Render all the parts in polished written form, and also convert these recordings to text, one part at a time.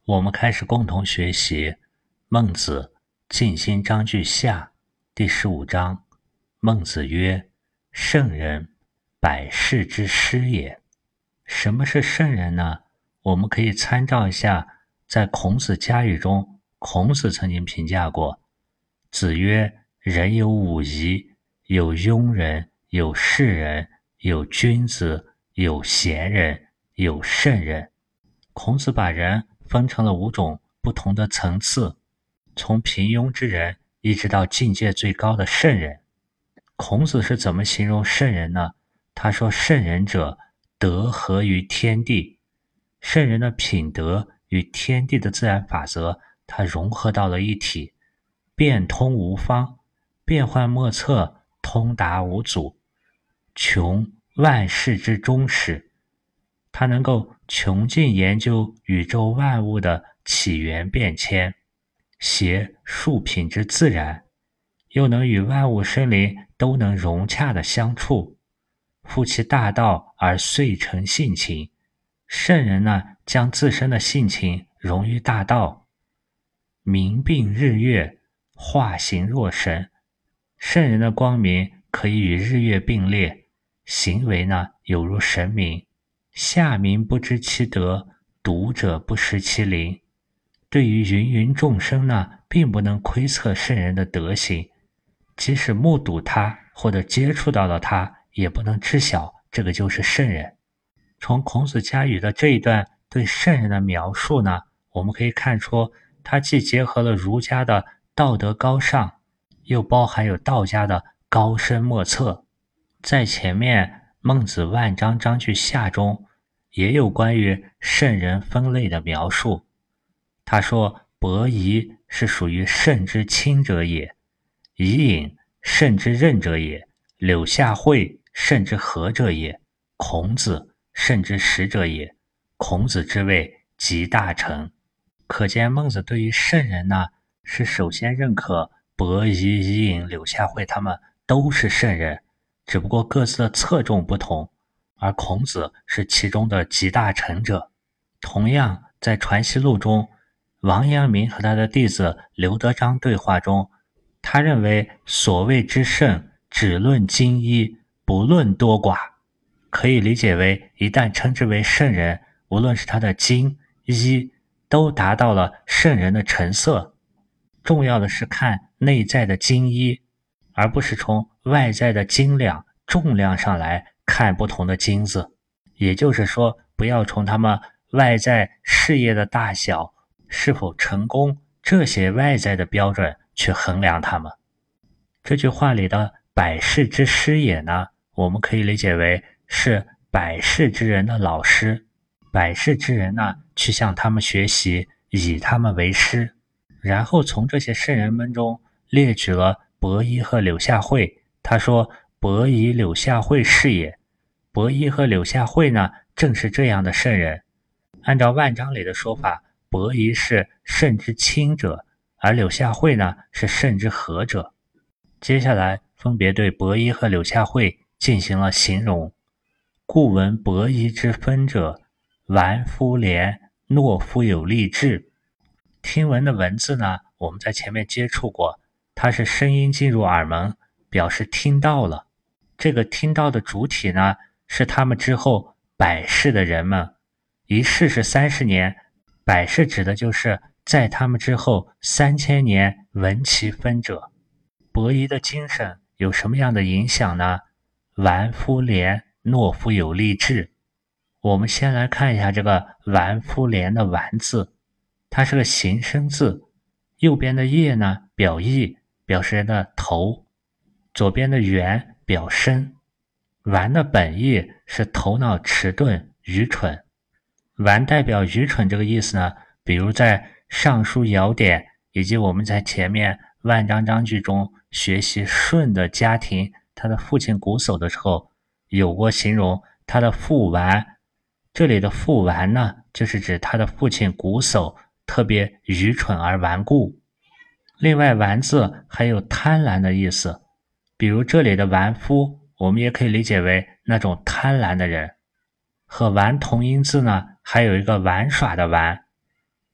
我们开始共同学习孟子尽心章句下第15章。孟子曰：圣人，百世之师也。什么是圣人呢？我们可以参照一下在孔子家语中，孔子曾经评价过。子曰：人有五夷，有庸人，有士人，有君子，有贤人，有圣人。孔子把人分成了5种不同的层次，从平庸之人一直到境界最高的圣人。孔子是怎么形容圣人呢？他说，圣人者，德合于天地。圣人的品德与天地的自然法则，它融合到了一体，变通无方，变幻莫测，通达无阻，穷万事之终始。他能够穷尽研究宇宙万物的起源变迁，协数品之自然，又能与万物生灵都能融洽的相处，负其大道而遂成性情。圣人呢，将自身的性情融于大道，明并日月，化形若神。圣人的光明可以与日月并列，行为呢有如神明。下民不知其德，读者不识其灵。对于芸芸众生呢，并不能窥测圣人的德行，即使目睹他或者接触到了他，也不能知晓这个就是圣人。从孔子家语的这一段对圣人的描述呢，我们可以看出，他既结合了儒家的道德高尚，又包含有道家的高深莫测。在前面孟子万章章句下中也有关于圣人分类的描述。他说，伯夷是属于圣之亲者也，夷隐圣之任者也，柳下惠圣之和者也，孔子圣之识者也。孔子之谓集大成。可见孟子对于圣人呢，是首先认可伯夷、夷隐、柳下惠他们都是圣人，只不过各自的侧重不同，而孔子是其中的集大成者。同样，在《传习录》中，王阳明和他的弟子刘德章对话中，他认为所谓之圣，只论精一，不论多寡。可以理解为，一旦称之为圣人，无论是他的精一都达到了圣人的成色。重要的是看内在的精一，而不是从外在的斤两重量上来看不同的金子。也就是说，不要从他们外在事业的大小，是否成功，这些外在的标准去衡量他们。这句话里的百世之师也呢，我们可以理解为是百世之人的老师。百世之人呢，去向他们学习，以他们为师。然后从这些圣人们中列举了伯夷和柳下惠。他说，伯夷、柳下惠是也。伯夷和柳下惠呢，正是这样的圣人。按照万章里的说法，伯夷是圣之亲者，而柳下惠呢，是圣之和者。接下来分别对伯夷和柳下惠进行了形容。故闻伯夷之分者，玩夫廉，懦夫有力志。听闻的文字呢，我们在前面接触过，它是声音进入耳门，表示听到了。这个听到的主体呢，是他们之后百世的人们。一世是30年，百世指的就是在他们之后3000年闻其分者。伯夷的精神有什么样的影响呢？玩夫廉，懦夫有力志。我们先来看一下这个玩夫廉的玩字，它是个形声字。右边的叶呢，表意，表示人的头；左边的圆表身。玩的本意是头脑迟钝、愚蠢。玩代表愚蠢这个意思呢，比如在《尚书尧典》以及我们在前面万章章句中学习舜的家庭，他的父亲瞽叟的时候，有过形容他的父顽。这里的父顽呢，就是指他的父亲瞽叟特别愚蠢而顽固。另外，顽字还有贪婪的意思，比如这里的顽夫，我们也可以理解为那种贪婪的人。和玩同音字呢，还有一个玩耍的玩。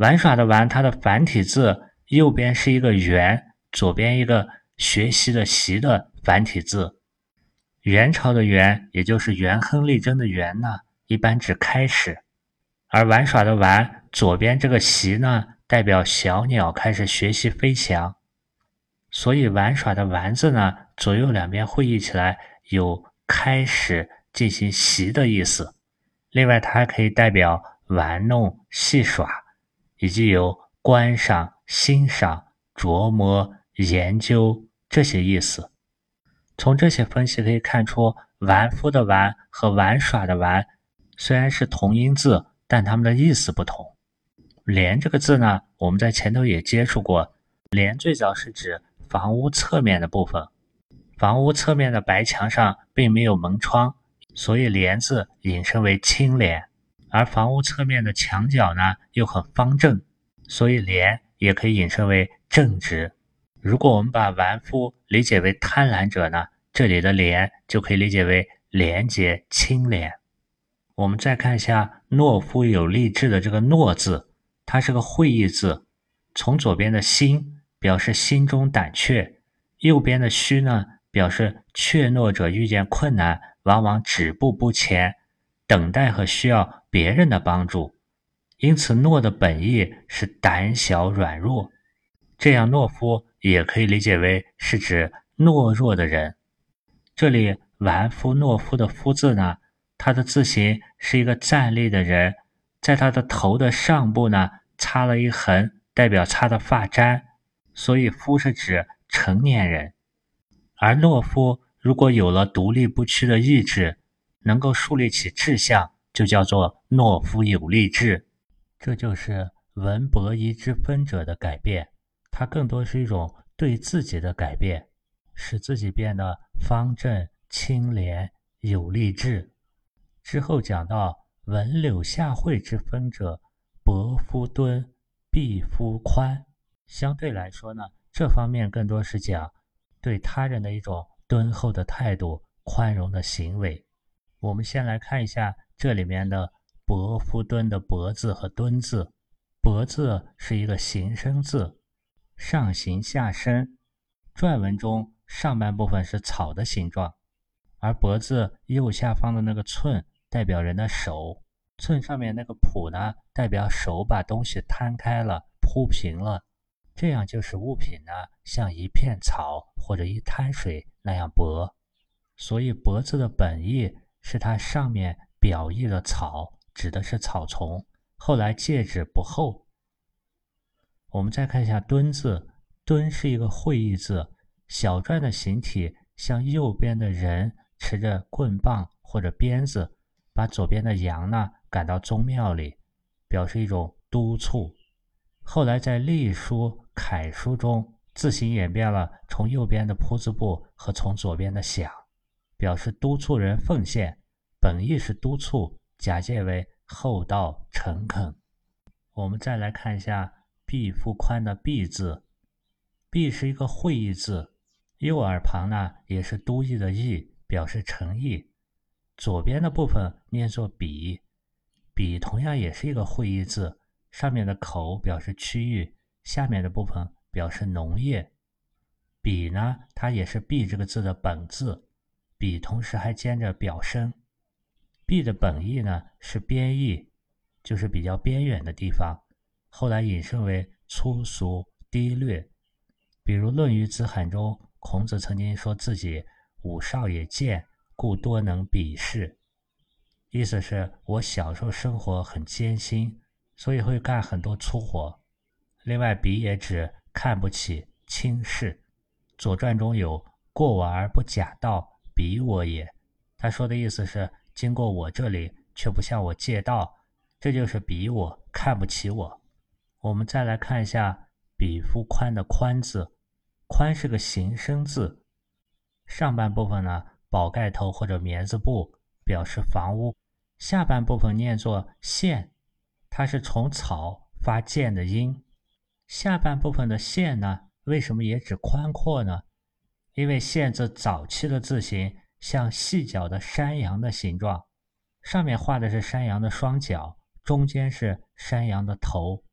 玩耍的玩，它的繁体字右边是一个园，左边一个学习的习的繁体字。元朝的元，也就是元亨利贞的元呢，一般指开始。而玩耍的玩，左边这个习呢，代表小鸟开始学习飞翔。所以玩耍的玩字呢，左右两边会意起来有开始进行习的意思。另外它还可以代表玩弄、戏耍，以及有观赏、欣赏、琢磨、研究这些意思。从这些分析可以看出，玩夫的玩和玩耍的玩虽然是同音字，但它们的意思不同。帘这个字呢，我们在前头也接触过，帘最早是指房屋侧面的部分，房屋侧面的白墙上并没有门窗，所以帘字引申为青帘，而房屋侧面的墙角呢又很方正，所以帘也可以引申为正直。如果我们把玩夫理解为贪婪者呢，这里的廉就可以理解为廉洁清廉。我们再看一下懦夫有力志的这个懦字，它是个会意字，从左边的心表示心中胆怯，右边的虚呢表示怯懦者遇见困难往往止步不前，等待和需要别人的帮助，因此懦的本意是胆小软弱。这样懦夫也可以理解为是指懦弱的人。这里玩夫懦夫的夫字呢，它的字形是一个站立的人，在他的头的上部呢擦了一横，代表擦的发簪，所以夫是指成年人。而懦夫如果有了独立不屈的意志，能够树立起志向，就叫做懦夫有力志。这就是文博夷之分者的改变，它更多是一种对自己的改变，使自己变得方正、清廉、有力志。之后讲到文柳下惠之分者，薄夫敦，鄙夫宽。相对来说呢，这方面更多是讲对他人的一种敦厚的态度、宽容的行为。我们先来看一下这里面的薄夫敦的薄字和敦字。薄字是一个形声字，上行下伸，篆文中上半部分是草的形状，而薄字右下方的那个寸代表人的手，寸上面那个朴呢，代表手把东西摊开了，铺平了，这样就使物品呢像一片草或者一滩水那样薄。所以薄字的本意是它上面表意的草，指的是草丛，后来借指不厚。我们再看一下敦字，敦是一个会意字，小篆的形体像右边的人持着棍棒或者鞭子，把左边的羊呢赶到宗庙里，表示一种督促。后来在隶书、楷书中，字形演变了从右边的铺字部和从左边的响，表示督促人奉献，本意是督促，假借为厚道诚恳。我们再来看一下鄙夫宽的鄙字，鄙是一个会意字，右耳旁呢也是都邑的邑，表示诚意。左边的部分念作比，比同样也是一个会意字，上面的口表示区域，下面的部分表示农业。比呢，它也是鄙这个字的本字，比同时还兼着表声。鄙的本意呢是边邑，就是比较边远的地方，后来引申为粗俗低劣。比如《论语子罕》中，孔子曾经说自己吾少也贱，故多能鄙视，意思是我小时候生活很艰辛，所以会干很多粗活。另外鄙也指看不起、轻视。左传中有过我而不假道，鄙我也，他说的意思是经过我这里却不向我借道，这就是鄙我，看不起我。我们再来看一下鄙夫宽的宽字，宽是个形声字，上半部分呢宝盖头或者棉字部，表示房屋，下半部分念作县，它是从草发渐的音。下半部分的县呢，为什么也指宽阔呢？因为县字早期的字形像细脚的山羊的形状，上面画的是山羊的双脚，中间是山羊的头。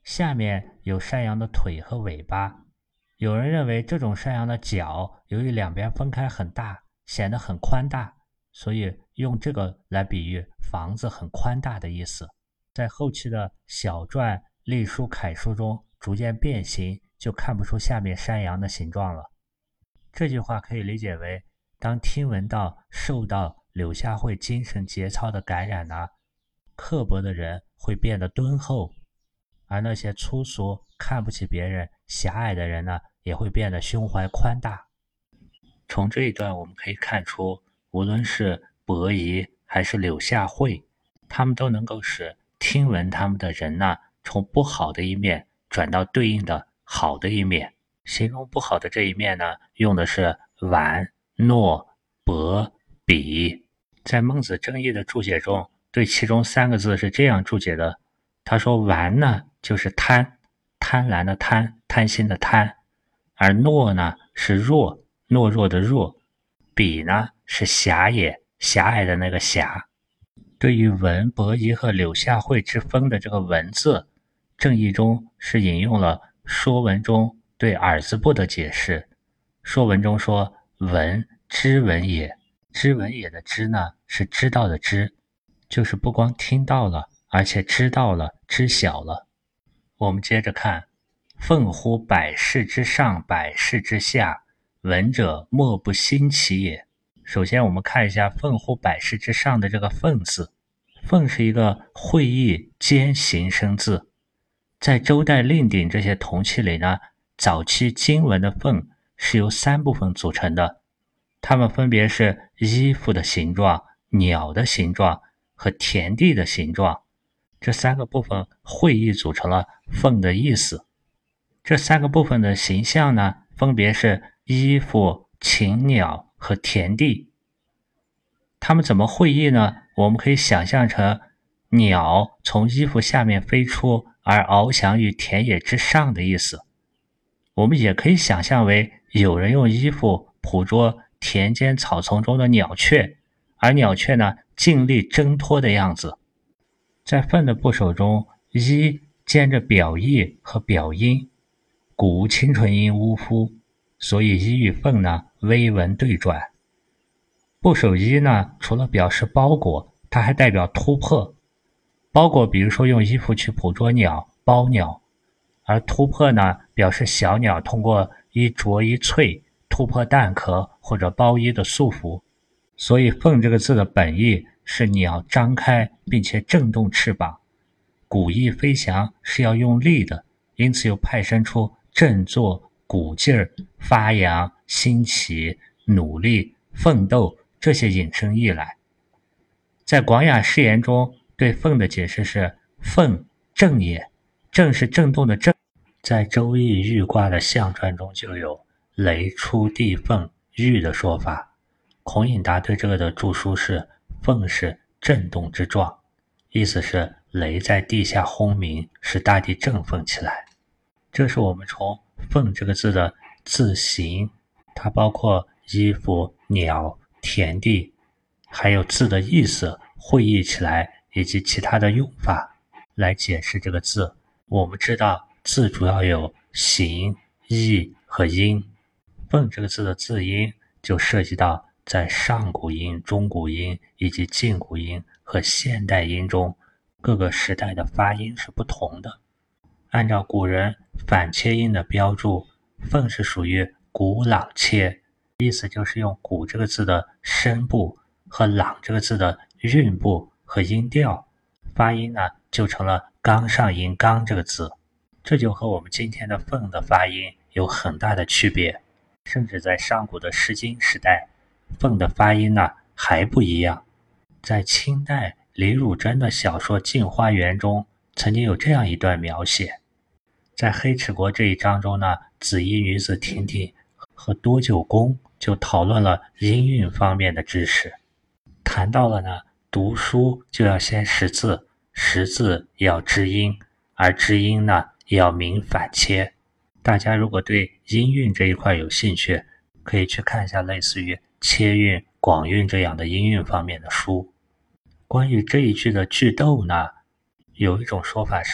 下面有山羊的腿和尾巴。有人认为这种山羊的脚由于两边分开很大，显得很宽大，所以用这个来比喻房子很宽大的意思。在后期的小篆、隶书、楷书中逐渐变形，就看不出下面山羊的形状了。这句话可以理解为，当听闻到受到柳下惠精神节操的感染呢，刻薄的人会变得敦厚，而那些粗俗、看不起别人、狭隘的人呢，也会变得胸怀宽大。从这一段我们可以看出，无论是伯夷还是柳下惠，他们都能够使听闻他们的人呢，从不好的一面转到对应的好的一面。形容不好的这一面呢，用的是顽、懦、薄、鄙。在孟子正义的注解中，对其中3个字是这样注解的。他说顽呢就是贪，贪婪的贪，贪心的贪；而懦呢是弱，懦弱的弱；鄙呢是狭也，狭隘的那个狭。对于文、伯夷和柳下惠之分的这个文字，正义中是引用了《说文》中对耳字部的解释。《说文》中说文，知文也。知文也的知呢是知道的知，就是不光听到了，而且知道了，知晓了。我们接着看，奋乎百世之上，百世之下，闻者莫不兴其也。首先我们看一下奋乎百世之上的这个奋字。奋是一个会意兼形声字，在周代令鼎这些铜器里呢，早期经文的奋是由3部分组成的，它们分别是衣服的形状、鸟的形状和田地的形状。这3个部分会意组成了奋的意思。这3个部分的形象呢，分别是衣服、禽鸟和田地。它们怎么会意呢？我们可以想象成鸟从衣服下面飞出，而翱翔于田野之上的意思。我们也可以想象为有人用衣服捕捉田间草丛中的鸟雀，而鸟雀呢尽力挣脱的样子。在奋的部首中，一兼着表意和表音，古清纯音呜呼，所以一与奋呢微文对转。部首一呢，除了表示包裹，它还代表突破。包裹比如说用衣服去捕捉鸟，包鸟；而突破呢，表示小鸟通过一啄一萃突破蛋壳或者包衣的束缚。所以奋这个字的本意是鸟张开并且振动翅膀，鼓翼飞翔是要用力的，因此又派生出振作、鼓劲儿、发扬、兴起、努力、奋斗这些引申义来。在广雅释言中，对奋的解释是奋，振也。振是振动的振。在周易豫卦的象传中就有雷出地奋豫的说法。孔颖达对这个的注释是奋是震动之状，意思是雷在地下轰鸣，使大地振奋起来。这是我们从奋这个字的字形，它包括衣服、鸟、田地，还有字的意思会意起来，以及其他的用法来解释这个字。我们知道字主要有形、意和音，奋这个字的字音就涉及到在上古音、中古音以及近古音和现代音中各个时代的发音是不同的。按照古人反切音的标注，奋是属于古朗切，意思就是用古这个字的声部和朗这个字的韵部和音调，发音呢就成了刚上音刚这个字。这就和我们今天的奋的发音有很大的区别，甚至在上古的诗经时代，奋的发音呢还不一样。在清代李汝珍的小说《镜花缘》中，曾经有这样一段描写。在黑齿国这一章中呢，紫衣女子婷婷和多九公就讨论了音韵方面的知识，谈到了呢，读书就要先识字，识字也要知音，而知音呢也要明反切。大家如果对音韵这一块有兴趣，可以去看一下类似于切韵、广韵这样的音韵方面的书。关于这一句的句读呢，有一种说法是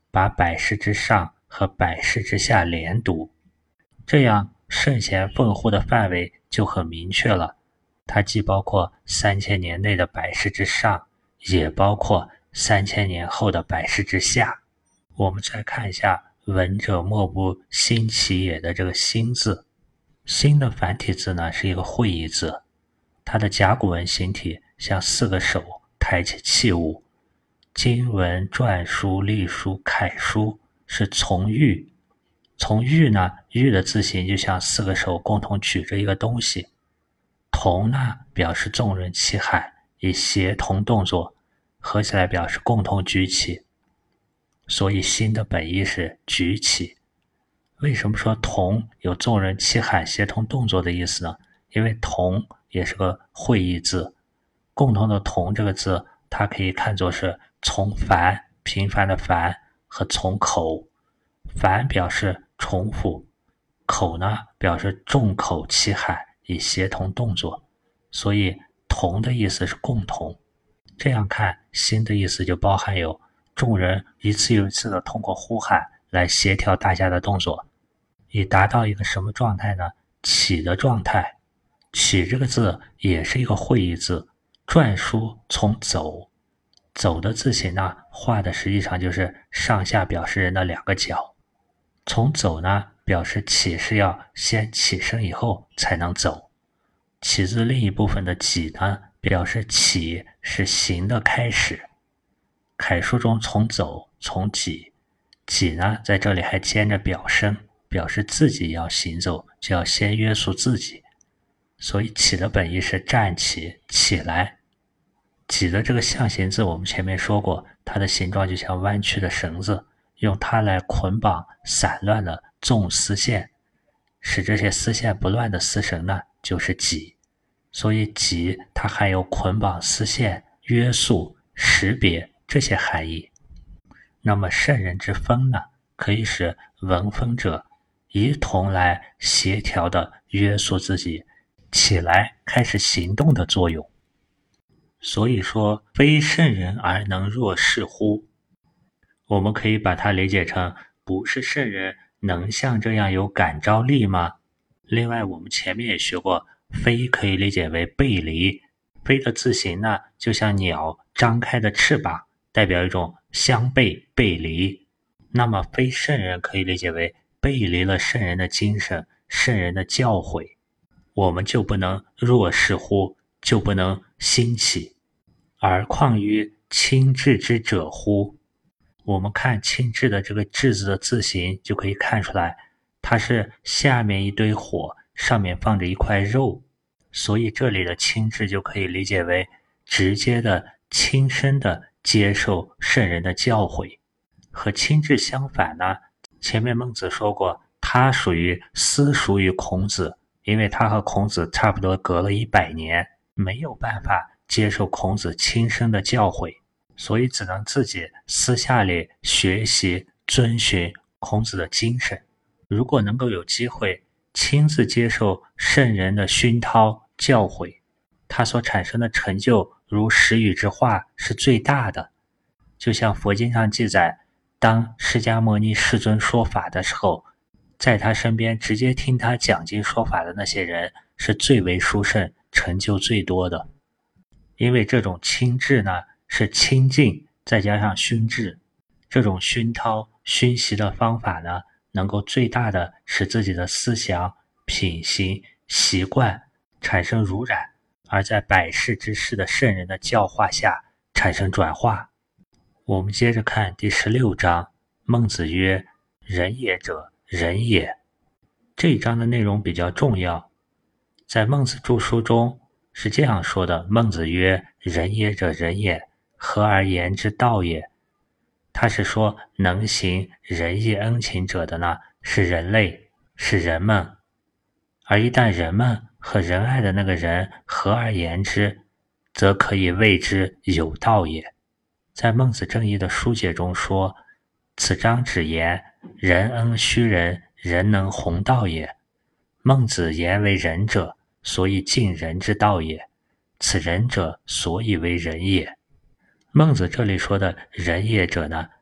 把百世之上和百世之下连读，这样圣贤奉护的范围就很明确了，它既包括3000年内的百世之上，也包括3000年后的百世之下。我们再看一下闻者莫不兴其也的这个兴字，兴的繁体字呢是一个会意字，它的甲骨文形体像4个手抬起器物，经文、篆书、隶书、楷书是从玉，从玉呢，玉的字形就像4个手共同举着一个东西，同呢表示众人齐喊，以协同动作合起来表示共同举起，所以兴的本意是举起。为什么说同有众人齐喊协同动作的意思呢？因为同也是个会意字，共同的同这个字它可以看作是从繁，频繁的繁，和从口。繁表示重复，口呢表示众口齐喊，以协同动作，所以同的意思是共同。这样看，兴的意思就包含有众人一次又一次的通过呼喊来协调大家的动作，以达到一个什么状态呢？起的状态。起这个字也是一个会意字，篆书从走，走的字形呢画的实际上就是上下表示人的2个脚，从走呢表示起是要先起身以后才能走，起字另一部分的己呢表示起是行的开始，楷书中从走从己，己呢在这里还兼着表声，表示自己要行走就要先约束自己，所以起的本意是站起起来。己的这个象形字我们前面说过，它的形状就像弯曲的绳子，用它来捆绑散乱的纵丝线，使这些丝线不乱的丝绳呢就是己，所以己它含有捆绑丝线、约束、识别这些含义。那么圣人之风呢，可以使闻风者一同来协调的约束自己起来开始行动的作用。所以说非圣人而能若是乎，我们可以把它理解成不是圣人能像这样有感召力吗？另外我们前面也学过，飞可以理解为背离，飞的字形呢就像鸟张开的翅膀，代表一种相背背离。那么非圣人可以理解为背离了圣人的精神，圣人的教诲，我们就不能若是乎，就不能兴起。而况于亲至之者乎？我们看亲至的这个至字的字形就可以看出来，它是下面一堆火，上面放着一块肉，所以这里的亲至就可以理解为直接的亲身的接受圣人的教诲。和亲至相反呢，前面孟子说过，他私属于孔子，因为他和孔子差不多隔了100年，没有办法接受孔子亲身的教诲，所以只能自己私下里学习遵循孔子的精神。如果能够有机会亲自接受圣人的熏陶教诲，他所产生的成就如石宇之化是最大的。就像佛经上记载，当释迦牟尼世尊说法的时候，在他身边直接听他讲经说法的那些人是最为殊胜，成就最多的。因为这种亲至呢是亲近再加上熏制，这种熏陶熏习的方法呢能够最大的使自己的思想、品行、习惯产生濡染，而在百世之士的圣人的教化下产生转化。我们接着看第16章，孟子曰：仁也者，仁也。这一章的内容比较重要，在孟子著书中是这样说的，孟子曰：仁也者，仁也，合而言之道也。他是说能行仁义恩情者的呢是人类，是人们，而一旦人们和仁爱的那个人合而言之，则可以谓之有道也。在孟子正义的书解中说，此章只言仁恩虚人，人能弘道也。孟子言为仁者，所以尽人之道也，此仁者所以为仁也。孟子这里说的仁也者呢，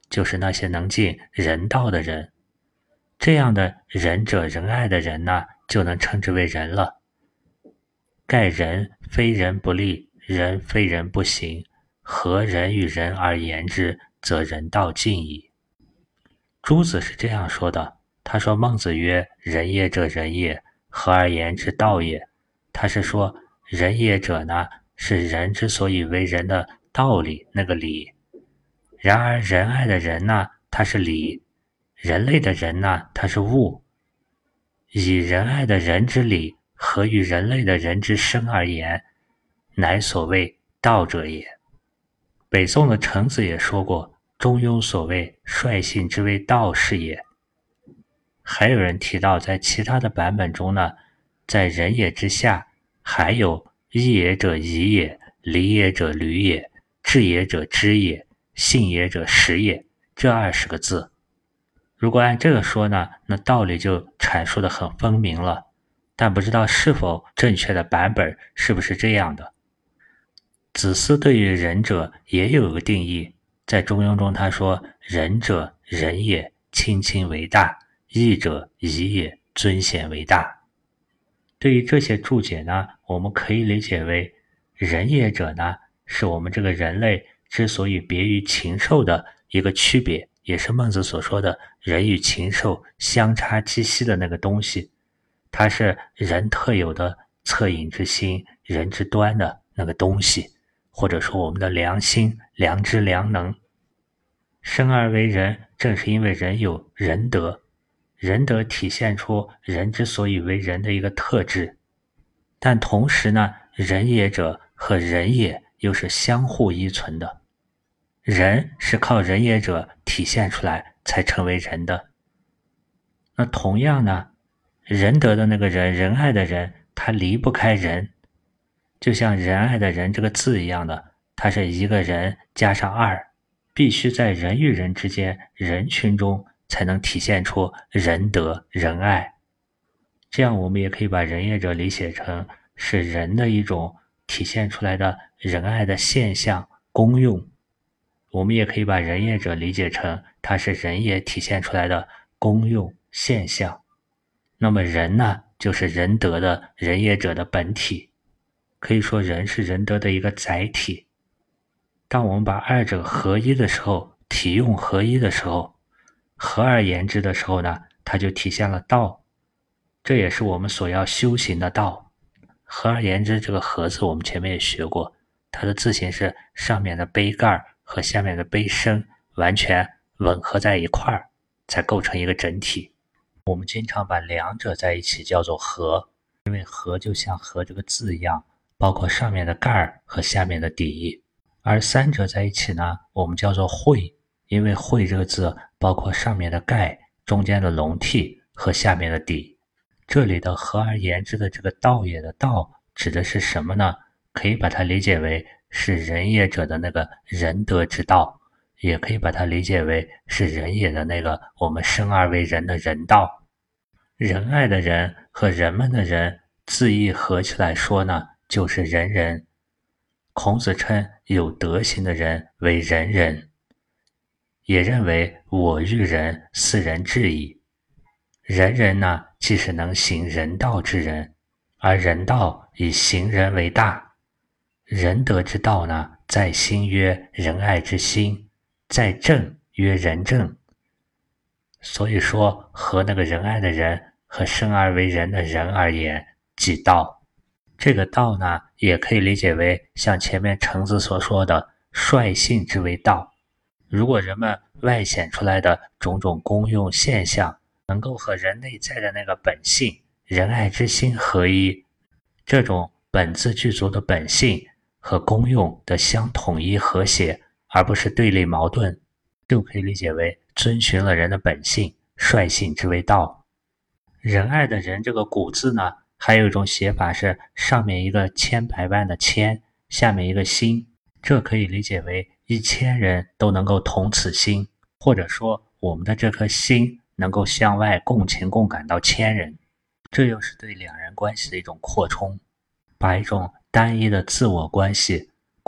就是那些能尽人道的人。这样的仁者仁爱的人呢，就能称之为人了。盖人非人不立，人非人不行，何人与人而言之，则人道尽矣。朱子是这样说的，他说孟子曰：仁也者仁也，何而言之道也。他是说仁也者呢，是人之所以为人的道理，那个理。然而仁爱的人呢，他是理；人类的人呢，他是物。以仁爱的人之理，何与人类的人之生而言，乃所谓道者也。北宋的程子也说过，中庸所谓率性之为道是也。还有人提到，在其他的版本中呢，在仁也之下，还有义也者宜也，礼也者履也，智也者知也，信也者实也，这20个字。如果按这个说呢，那道理就阐述得很分明了，但不知道是否正确的版本是不是这样的。子思对于仁者也有个定义，在中庸中他说，仁者仁也，亲亲为大；义者义也，尊贤为大。对于这些注解呢，我们可以理解为，仁也者呢，是我们这个人类之所以别于禽兽的一个区别，也是孟子所说的人与禽兽相差极息的那个东西。它是人特有的恻隐之心，人之端的那个东西，或者说我们的良心、良知、良能。生而为人，正是因为人有仁德，仁德体现出人之所以为人的一个特质。但同时呢，仁也者和仁也又是相互依存的。人是靠仁也者体现出来才成为人的。那同样呢，仁德的那个人，仁爱的人，他离不开人，就像仁爱的人这个字一样的，它是一个人加上二，必须在人与人之间，人群中才能体现出仁德仁爱。这样我们也可以把仁也者理解成是人的一种体现出来的仁爱的现象功用，我们也可以把仁也者理解成它是仁也体现出来的功用现象。那么人呢，就是仁德的仁也者的本体，可以说人是仁德的一个载体。当我们把二者合一的时候，体用合一的时候，合而言之的时候呢，它就体现了道。这也是我们所要修行的道。合而言之这个合字我们前面也学过，它的字形是上面的杯盖和下面的杯身完全吻合在一块儿，才构成一个整体。我们经常把两者在一起叫做合，因为合就像合这个字一样，包括上面的盖和下面的底。而三者在一起呢，我们叫做会，因为会这个字包括上面的盖、中间的笼屉和下面的底。这里的合而言之的这个道也的道指的是什么呢？可以把它理解为是仁也者的那个仁德之道，也可以把它理解为是仁也的那个我们生而为人的人道。仁爱的人和人们的人字义合起来说呢，就是仁人。孔子称有德行的人为仁人，也认为我欲人，斯人至矣。仁人呢，既是能行人道之人，而人道以行人为大。仁德之道呢，在心曰仁爱之心，在正曰仁政。所以说，和那个仁爱的人和生而为人的人而言，即道。这个道呢，也可以理解为像前面程子所说的率性之为道。如果人们外显出来的种种功用现象能够和人内在的那个本性仁爱之心合一，这种本自具足的本性和功用的相统一和谐，而不是对立矛盾，就可以理解为遵循了人的本性，率性之为道。仁爱的人这个古字呢，还有一种写法是上面一个千百万的千，下面一个心，这可以理解为1000人都能够同此心，或者说我们的这颗心能够向外共情共感到1000人，这又是对两人关系的一种扩充，把一种单一的自我关系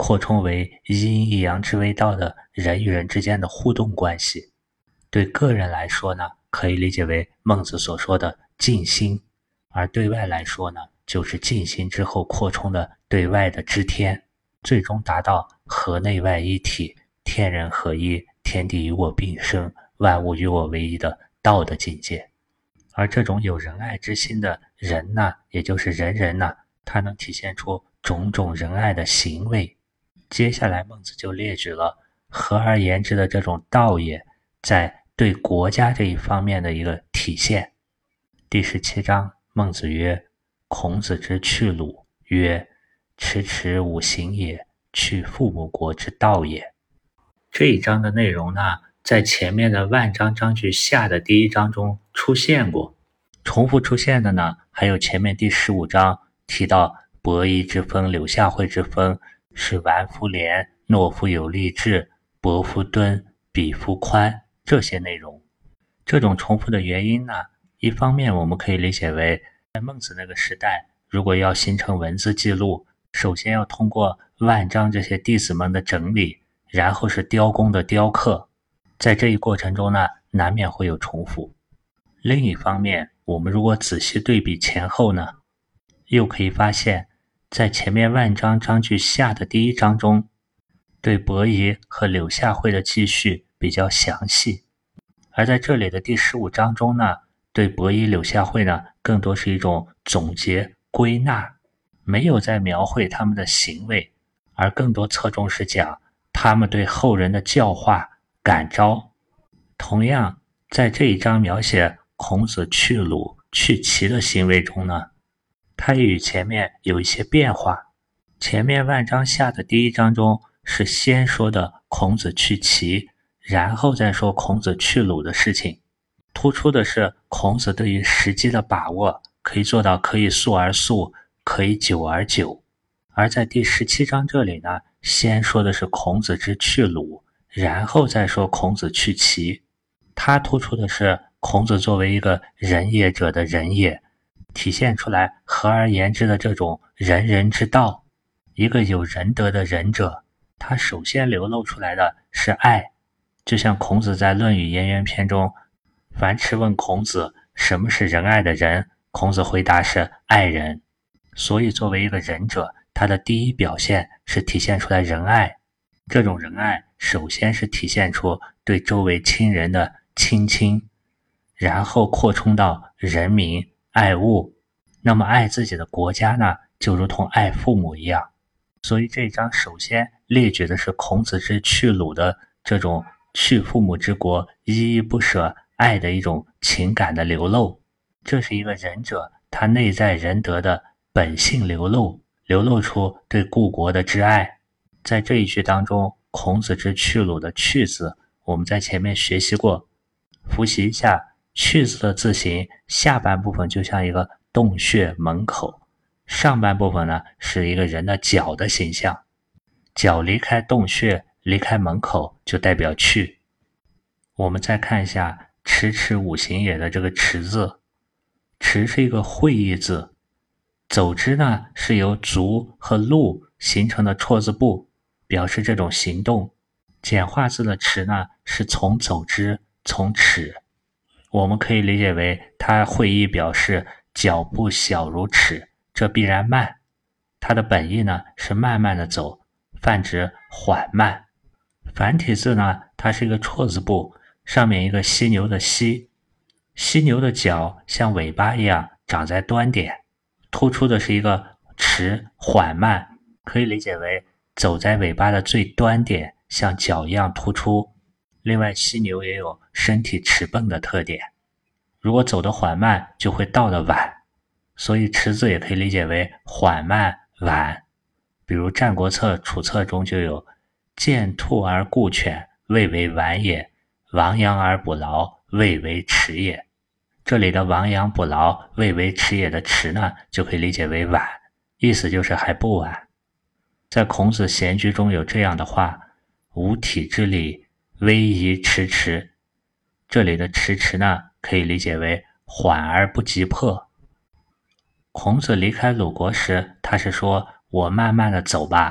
扩充为一阴一阳之谓道的人与人之间的互动关系。对个人来说呢，可以理解为孟子所说的尽心，而对外来说呢，就是尽心之后扩充的对外的知天，最终达到合内外一体，天人合一，天地与我并生，万物与我为一的道的境界。而这种有仁爱之心的人呢，也就是人呢，他能体现出种种仁爱的行为。接下来孟子就列举了合而言之的这种道也在对国家这一方面的一个体现。第17章，孟子曰：孔子之去鲁，曰：迟迟五行也，去父母国之道也。这一章的内容呢，在前面的万章章句下的第1章中出现过，重复出现的呢，还有前面第15章提到伯夷之风、柳下惠之风是完夫廉、懦夫有力志、伯夫敦、鄙夫宽这些内容。这种重复的原因呢，一方面我们可以理解为，在孟子那个时代，如果要形成文字记录，首先要通过万章这些弟子们的整理，然后是雕工的雕刻，在这一过程中呢，难免会有重复。另一方面，我们如果仔细对比前后呢，又可以发现，在前面万章章句下的第1章中，对伯夷和柳下惠的记叙比较详细，而在这里的第15章中呢，对伯夷、柳下惠呢，更多是一种总结归纳，没有在描绘他们的行为，而更多侧重是讲他们对后人的教化感召。同样，在这一章描写孔子去鲁、去齐的行为中呢，它也与前面有一些变化。前面万章下的第1章中是先说的孔子去齐，然后再说孔子去鲁的事情，突出的是孔子对于时机的把握，可以做到可以速而速，可以久而久。而在第17章这里呢，先说的是孔子之去鲁，然后再说孔子去齐。它突出的是孔子作为一个仁也者的仁也，体现出来合而言之的这种仁人之道。一个有仁德的仁者，他首先流露出来的是爱。就像孔子在《论语颜渊篇》中，樊迟问孔子什么是仁爱的人，孔子回答是爱人。所以作为一个仁者，他的第一表现是体现出来仁爱。这种仁爱首先是体现出对周围亲人的亲亲，然后扩充到人民爱物。那么爱自己的国家呢，就如同爱父母一样。所以这一章首先列举的是孔子之去鲁的这种去父母之国依依不舍爱的一种情感的流露。这是一个仁者他内在仁德的本性流露出对故国的挚爱。在这一句当中，孔子之去鲁的去字，我们在前面学习过，复习一下，去字的字形下半部分就像一个洞穴门口，上半部分呢是一个人的脚的形象，脚离开洞穴离开门口就代表去。我们再看一下迟迟五行也的这个迟字，迟是一个会意字，走之呢是由足和路形成的绰字部，表示这种行动。简化字的迟呢是从走之，从尺，我们可以理解为它会意表示脚步小如尺，这必然慢。它的本意呢是慢慢的走，泛指缓慢。繁体字呢，它是一个绰字部，上面一个犀牛的犀，犀牛的角像尾巴一样长在端点，突出的是一个迟缓慢，可以理解为走在尾巴的最端点，像角一样突出。另外，犀牛也有身体迟笨的特点，如果走得缓慢就会到得晚，所以迟字也可以理解为缓慢晚。比如《战国策》《楚策》中就有见兔而顾犬，谓为晚也；亡羊而补牢，谓为迟也。这里的亡羊补牢，谓为迟也的迟呢，就可以理解为晚，意思就是还不晚。在孔子闲居中有这样的话：无体之礼，威仪迟迟。这里的迟迟呢，可以理解为缓而不急迫。孔子离开鲁国时，他是说我慢慢的走吧，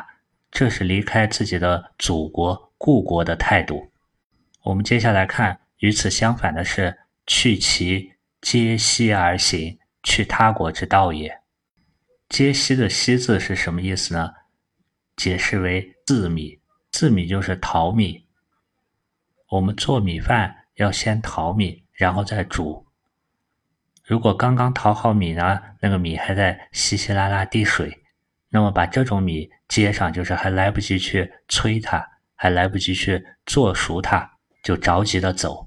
这是离开自己的祖国故国的态度。我们接下来看，与此相反的是去其皆西而行，去他国之道也。皆西的西字是什么意思呢？解释为自米，自米就是淘米。我们做米饭要先淘米，然后再煮。如果刚刚淘好米呢，那个米还在稀稀拉拉滴水，那么把这种米接上，就是还来不及去催它，还来不及去做熟它，就着急的走。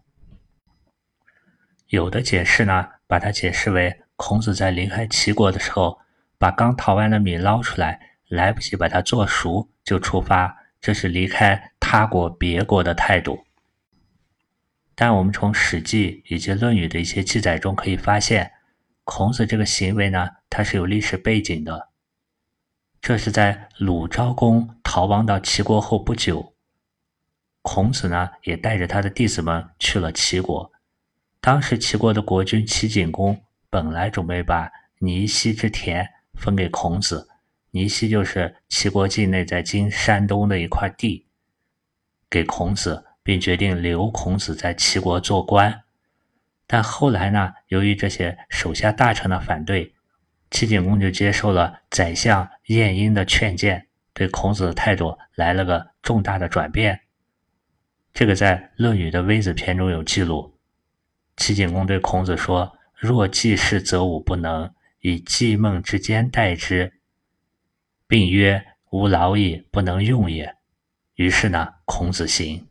有的解释呢，把它解释为孔子在离开齐国的时候，把刚淘完的米捞出来，来不及把它做熟就出发，这是离开他国别国的态度。但我们从《史记》以及《论语》的一些记载中可以发现，孔子这个行为呢，它是有历史背景的。这是在鲁昭公逃亡到齐国后不久，孔子呢也带着他的弟子们去了齐国。当时齐国的国君齐景公本来准备把泥溪之田分给孔子，泥溪就是齐国境内在今山东的一块地，给孔子，并决定留孔子在齐国做官。但后来呢，由于这些手下大臣的反对，齐景公就接受了宰相晏婴的劝谏，对孔子的态度来了个重大的转变。这个在《论语》的微子篇中有记录。齐景公对孔子说：“若济事，则吾不能，以季孟之间代之。”并曰：“吾劳矣，不能用也。”于是呢，孔子行。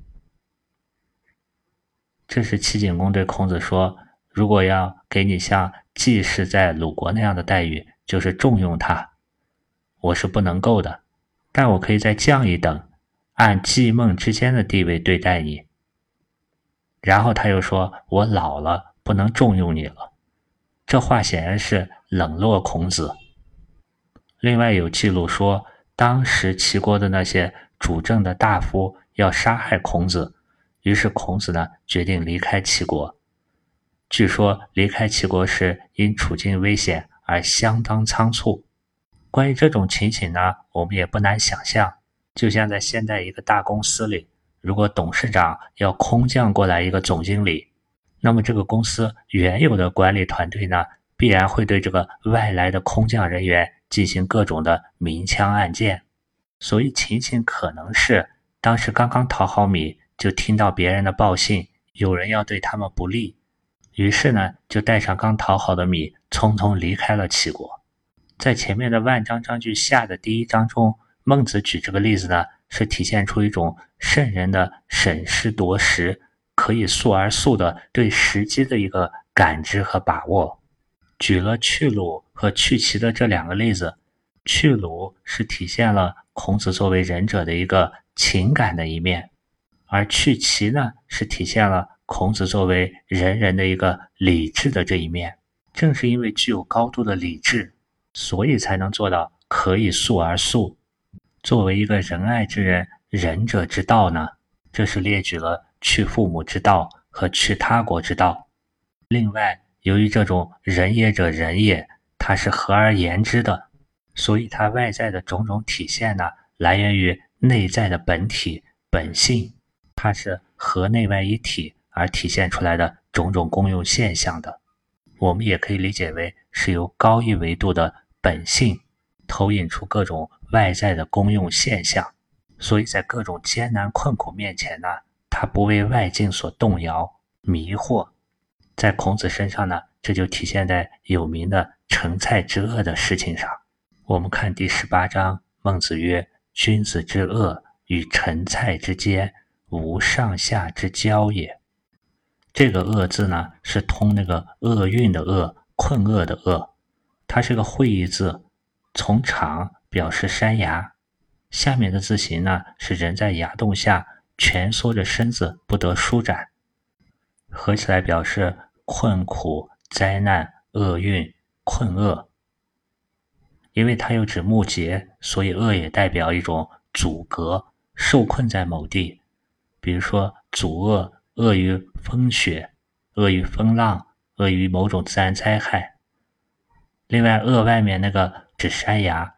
这是齐景公对孔子说，如果要给你像季氏在鲁国那样的待遇，就是重用他，我是不能够的，但我可以再降一等，按季孟之间的地位对待你。然后他又说，我老了，不能重用你了。这话显然是冷落孔子。另外有记录说，当时齐国的那些主政的大夫要杀害孔子，于是孔子呢决定离开齐国。据说离开齐国时因处境危险而相当仓促。关于这种情形呢，我们也不难想象，就像在现在一个大公司里，如果董事长要空降过来一个总经理，那么这个公司原有的管理团队呢，必然会对这个外来的空降人员进行各种的明枪暗箭。所以情形可能是，当时刚刚淘好米，就听到别人的报信，有人要对他们不利，于是呢，就带上刚淘好的米，匆匆离开了齐国。在前面的万章章句下的第一章中，孟子举这个例子呢，是体现出一种圣人的审时度势，可以速而速的对时机的一个感知和把握。举了去鲁和去齐的这两个例子，去鲁是体现了孔子作为仁者的一个情感的一面，而去齐呢，是体现了孔子作为仁人的一个理智的这一面。正是因为具有高度的理智，所以才能做到可以速而速。作为一个仁爱之人，仁者之道呢，这是列举了去父母之道和去他国之道。另外，由于这种仁也者仁也，它是合而言之的，所以它外在的种种体现呢，来源于内在的本体本性，它是合内外一体而体现出来的种种功用现象的。我们也可以理解为是由高一维度的本性投影出各种外在的功用现象，所以在各种艰难困苦面前呢，它不为外境所动摇迷惑。在孔子身上呢，这就体现在有名的成菜之恶的事情上。我们看第18章，孟子曰：君子之恶，与成菜之间，无上下之交也。这个恶字呢，是通那个厄运的厄，困厄的厄，它是个会意字，从长表示山崖，下面的字形呢，是人在崖洞下蜷缩着身子不得舒展，合起来表示困苦、灾难、厄运、困厄。因为它又指木节，所以厄也代表一种阻隔，受困在某地。比如说阻厄，厄于风雪，厄于风浪，厄于某种自然灾害。另外，厄外面那个指山崖，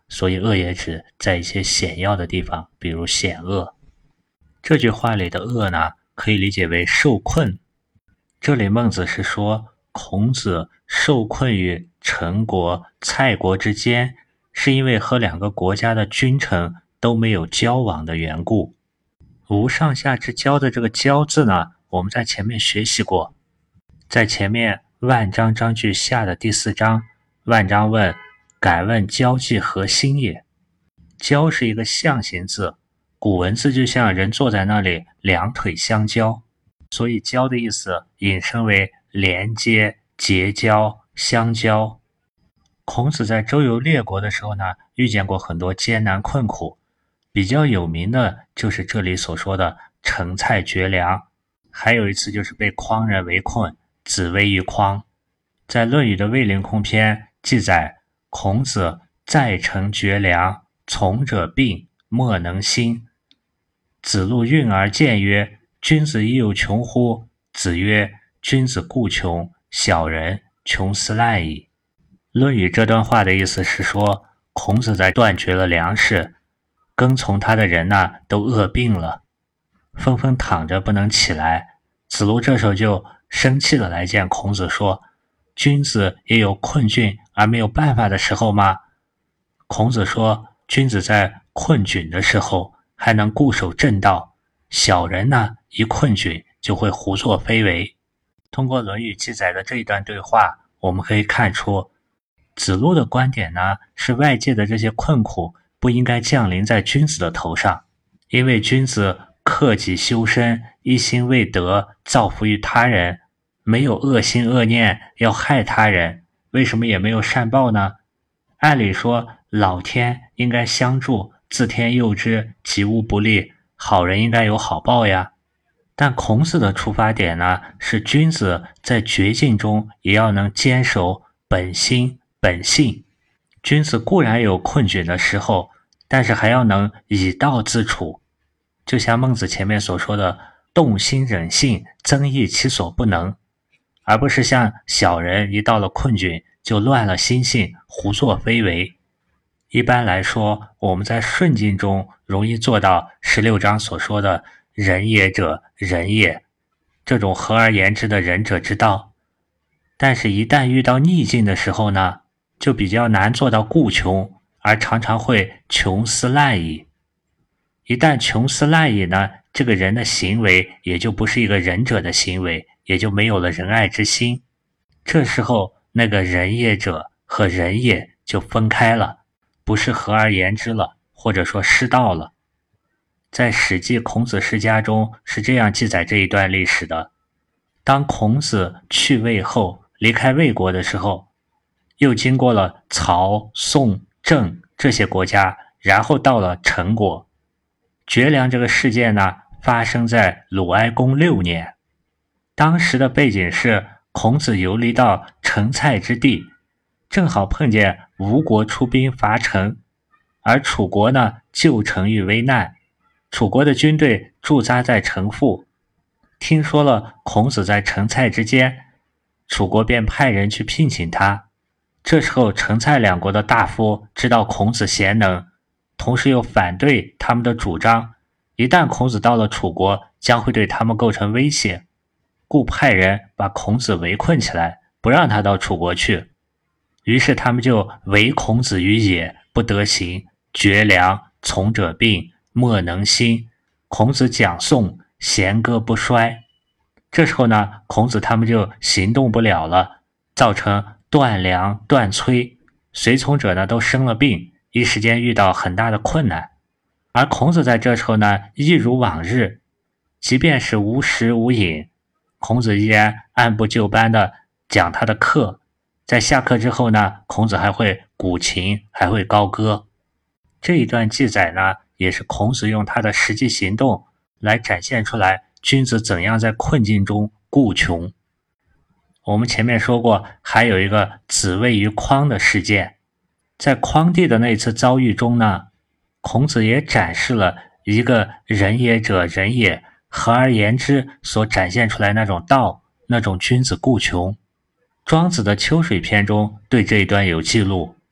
所以恶也指在一些险要的地方，比如险恶。这句话里的恶呢，可以理解为受困。这里孟子是说孔子受困于陈国、蔡国之间，是因为和两个国家的君臣都没有交往的缘故。无上下之交的这个交字呢，我们在前面学习过。在前面万章章句下的第4章，万章问：敢问交际何心也？交是一个象形字，古文字就像人坐在那里两腿相交，所以交的意思引申为连接、结交、相交。孔子在周游列国的时候呢，遇见过很多艰难困苦，比较有名的就是这里所说的陈蔡绝粮，还有一次就是被匡人围困，子危于匡。在《论语》的卫灵空篇记载，孔子在陈绝粮，从者病，莫能兴。子路运而见曰：君子亦有穷乎？子曰：君子固穷，小人穷斯赖矣。论语这段话的意思是说，孔子在断绝了粮食，跟从他的人呢都饿病了，纷纷躺着不能起来。子路这时候就生气了，来见孔子说：君子也有困窘而没有办法的时候吗？孔子说，君子在困窘的时候还能固守正道，小人呢一困窘就会胡作非为。通过《论语》记载的这一段对话，我们可以看出子路的观点呢，是外界的这些困苦不应该降临在君子的头上，因为君子克己修身，一心为德，造福于他人，没有恶心恶念要害他人，为什么也没有善报呢？按理说老天应该相助，自天佑之，其无不利，好人应该有好报呀。但孔子的出发点呢，是君子在绝境中也要能坚守本心本性。君子固然有困窘的时候，但是还要能以道自处，就像孟子前面所说的动心忍性，增益其所不能，而不是像小人一到了困窘就乱了心性，胡作非为。一般来说，我们在顺境中容易做到16章所说的仁也者仁也，这种合而言之的仁者之道。但是一旦遇到逆境的时候呢，就比较难做到固穷，而常常会穷斯赖矣。一旦穷斯赖矣呢，这个人的行为也就不是一个仁者的行为，也就没有了仁爱之心。这时候那个仁也者和仁也就分开了，不是合而言之了，或者说失道了。在《史记·孔子世家》中是这样记载这一段历史的：当孔子去魏后，离开魏国的时候，又经过了曹、宋、郑这些国家，然后到了陈国。绝粮这个事件呢，发生在鲁哀公6年。当时的背景是孔子游离到陈蔡之地，正好碰见吴国出兵伐陈，而楚国呢救陈于危难，楚国的军队驻扎在陈父。听说了孔子在陈蔡之间，楚国便派人去聘请他。这时候陈蔡两国的大夫知道孔子贤能，同时又反对他们的主张，一旦孔子到了楚国，将会对他们构成威胁，故派人把孔子围困起来，不让他到楚国去。于是他们就围孔子于野，不得行，绝粮，从者病，莫能兴。孔子讲颂，弦歌不衰。这时候呢，孔子他们就行动不了了，造成断粮断炊，随从者呢都生了病，一时间遇到很大的困难。而孔子在这时候呢，一如往日，即便是无食无饮，孔子依然按部就班的讲他的课。在下课之后呢，孔子还会鼓琴，还会高歌。这一段记载呢，也是孔子用他的实际行动来展现出来君子怎样在困境中固穷。我们前面说过，还有一个子位于匡的事件。在匡帝的那次遭遇中呢，孔子也展示了一个仁也者仁也，合而言之所展现出来那种道，那种君子固穷。庄子的秋水篇中对这一段有记录。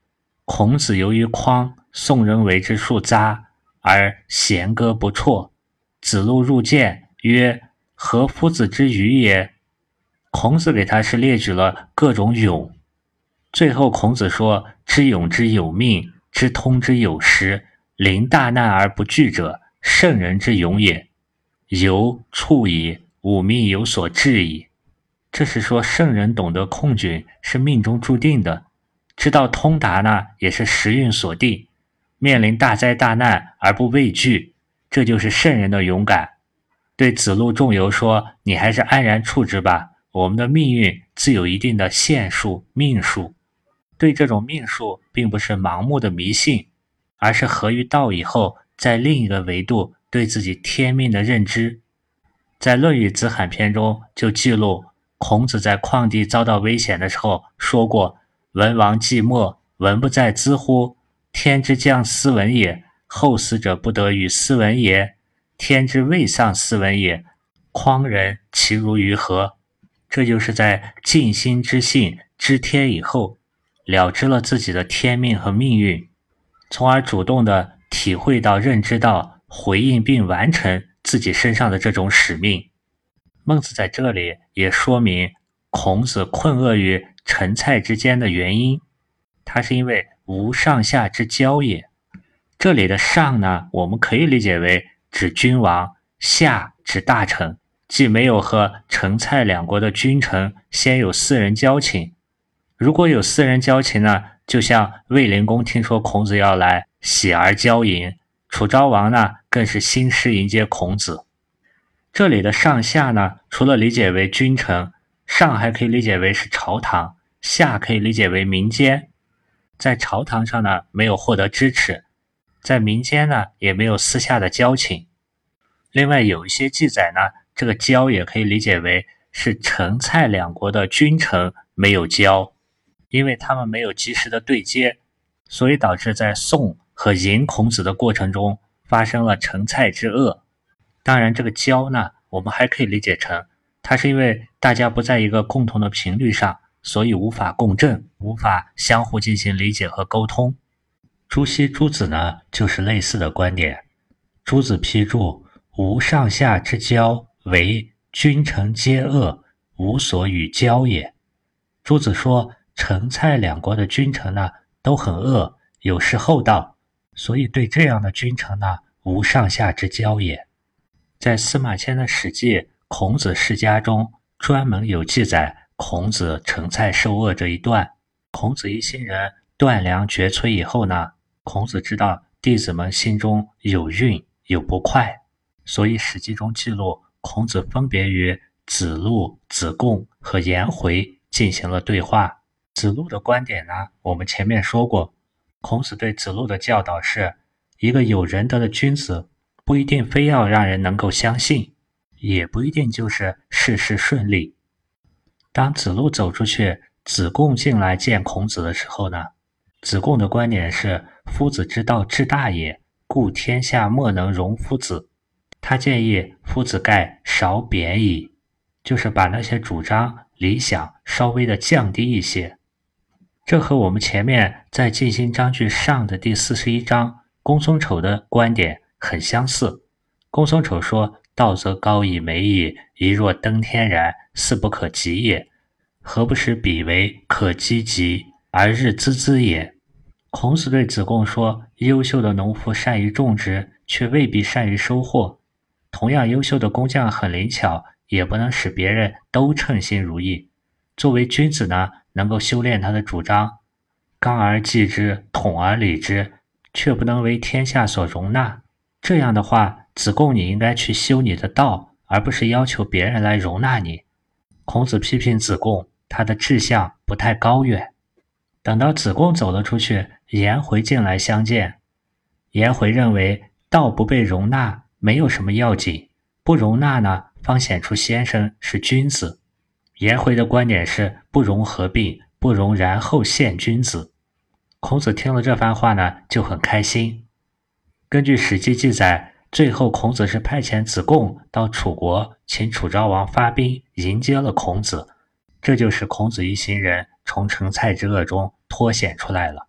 孔子由于匡，宋人为之树匝，而弦歌不辍。子路入见，曰：何夫子之语也？孔子给他是列举了各种勇，最后孔子说：知勇之有命，知通之有时，临大难而不惧者，圣人之勇也。由处矣，吾命有所至矣。这是说圣人懂得控军是命中注定的，知道通达呢也是时运所定，面临大灾大难而不畏惧，这就是圣人的勇敢。对子路仲由说：你还是安然处之吧，我们的命运自有一定的限数命数。对这种命数并不是盲目的迷信，而是合于道以后在另一个维度对自己天命的认知。在论语子罕篇中就记录孔子在旷地遭到危险的时候说过：文王既没，文不在兹乎？天之将斯文也，后死者不得与斯文也。天之未丧斯文也，匡人其如于何？这就是在尽心知性知天以后，了知了自己的天命和命运，从而主动的体会到认知到回应并完成自己身上的这种使命。孟子在这里也说明孔子困厄于陈蔡之间的原因，他是因为无上下之交也。这里的上呢，我们可以理解为指君王，下指大臣，既没有和陈蔡两国的君臣先有私人交情。如果有私人交情呢，就像卫灵公听说孔子要来，喜而交迎，楚昭王呢更是兴师迎接孔子。这里的上下呢，除了理解为君臣，上还可以理解为是朝堂，下可以理解为民间。在朝堂上呢，没有获得支持，在民间呢，也没有私下的交情。另外有一些记载呢，这个交也可以理解为是陈蔡两国的君臣没有交，因为他们没有及时的对接，所以导致在宋和迎孔子的过程中发生了陈蔡之恶。当然这个交呢，我们还可以理解成它是因为大家不在一个共同的频率上，所以无法共振，无法相互进行理解和沟通。朱熹朱子呢就是类似的观点。朱子批注：无上下之交，为君臣皆恶，无所与交也。朱子说陈蔡两国的君臣呢都很恶，有失厚道，所以对这样的君臣呢无上下之交也。在司马迁的《史记孔子世家》中专门有记载孔子陈蔡受恶这一段。孔子一行人断粮绝炊以后呢，孔子知道弟子们心中有愠有不快，所以《史记》中记录孔子分别于子路、子贡和颜回进行了对话。子路的观点呢，我们前面说过，孔子对子路的教导是，一个有仁德的君子不一定非要让人能够相信，也不一定就是事事顺利。当子路走出去，子贡进来见孔子的时候呢，子贡的观点是夫子之道至大也，故天下莫能容夫子。他建议夫子盖少贬矣，就是把那些主张理想稍微的降低一些。这和我们前面在尽心章句上的第41章公孙丑的观点很相似。公孙丑说：道则高矣美矣，一若登天然，似不可及也。何不使彼为可积极，而日孜孜也？孔子对子贡说：优秀的农夫善于种植，却未必善于收获。同样优秀的工匠很灵巧，也不能使别人都称心如意。作为君子呢，能够修炼他的主张，刚而济之，统而理之，却不能为天下所容纳。这样的话，子贡你应该去修你的道，而不是要求别人来容纳你。孔子批评子贡，他的志向不太高远。等到子贡走了出去，颜回进来相见。颜回认为道不被容纳没有什么要紧，不容纳呢，方显出先生是君子。颜回的观点是不容合并，不容然后现君子。孔子听了这番话呢，就很开心。根据《史记》记载，最后孔子是派遣子贡到楚国，请楚昭王发兵迎接了孔子，这就是孔子一行人从陈蔡之恶中脱险出来了。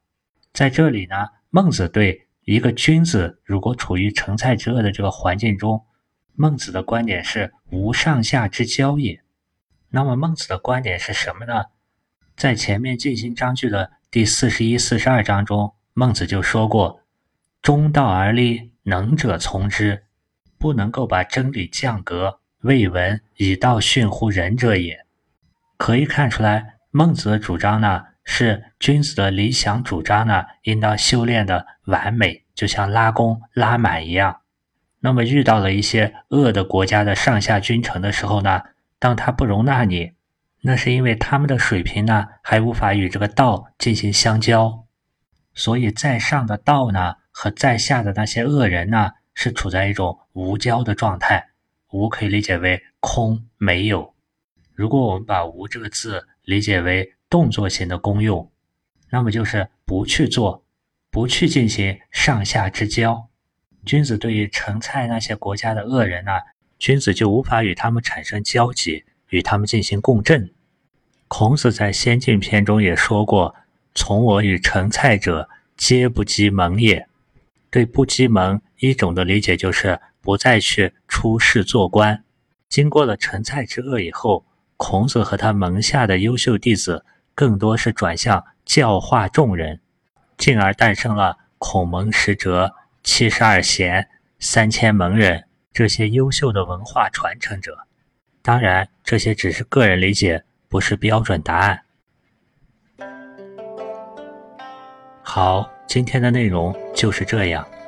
在这里呢，孟子对一个君子如果处于成蔡之恶的这个环境中，孟子的观点是无上下之交也。那么孟子的观点是什么呢？在前面尽心章句的第41、42章中，孟子就说过，中道而立，能者从之，不能够把真理降格，未闻以道训乎人者也。可以看出来，孟子的主张呢，是君子的理想主张呢，应当修炼的完美，就像拉弓拉满一样。那么遇到了一些恶的国家的上下君臣的时候呢，当他不容纳你，那是因为他们的水平呢，还无法与这个道进行相交。所以在上的道呢，和在下的那些恶人呢，是处在一种无交的状态。无可以理解为空，没有。如果我们把无这个字理解为动作型的功用，那么就是不去做，不去进行上下之交。君子对于成蔡那些国家的恶人呢，君子就无法与他们产生交集，与他们进行共振。孔子在先进篇中也说过，从我与成蔡者，皆不积盟也。对不积盟一种的理解就是不再去出仕做官。经过了成蔡之恶以后，孔子和他门下的优秀弟子更多是转向教化众人，进而诞生了孔门十哲、72贤、3000门人这些优秀的文化传承者。当然，这些只是个人理解，不是标准答案。好，今天的内容就是这样。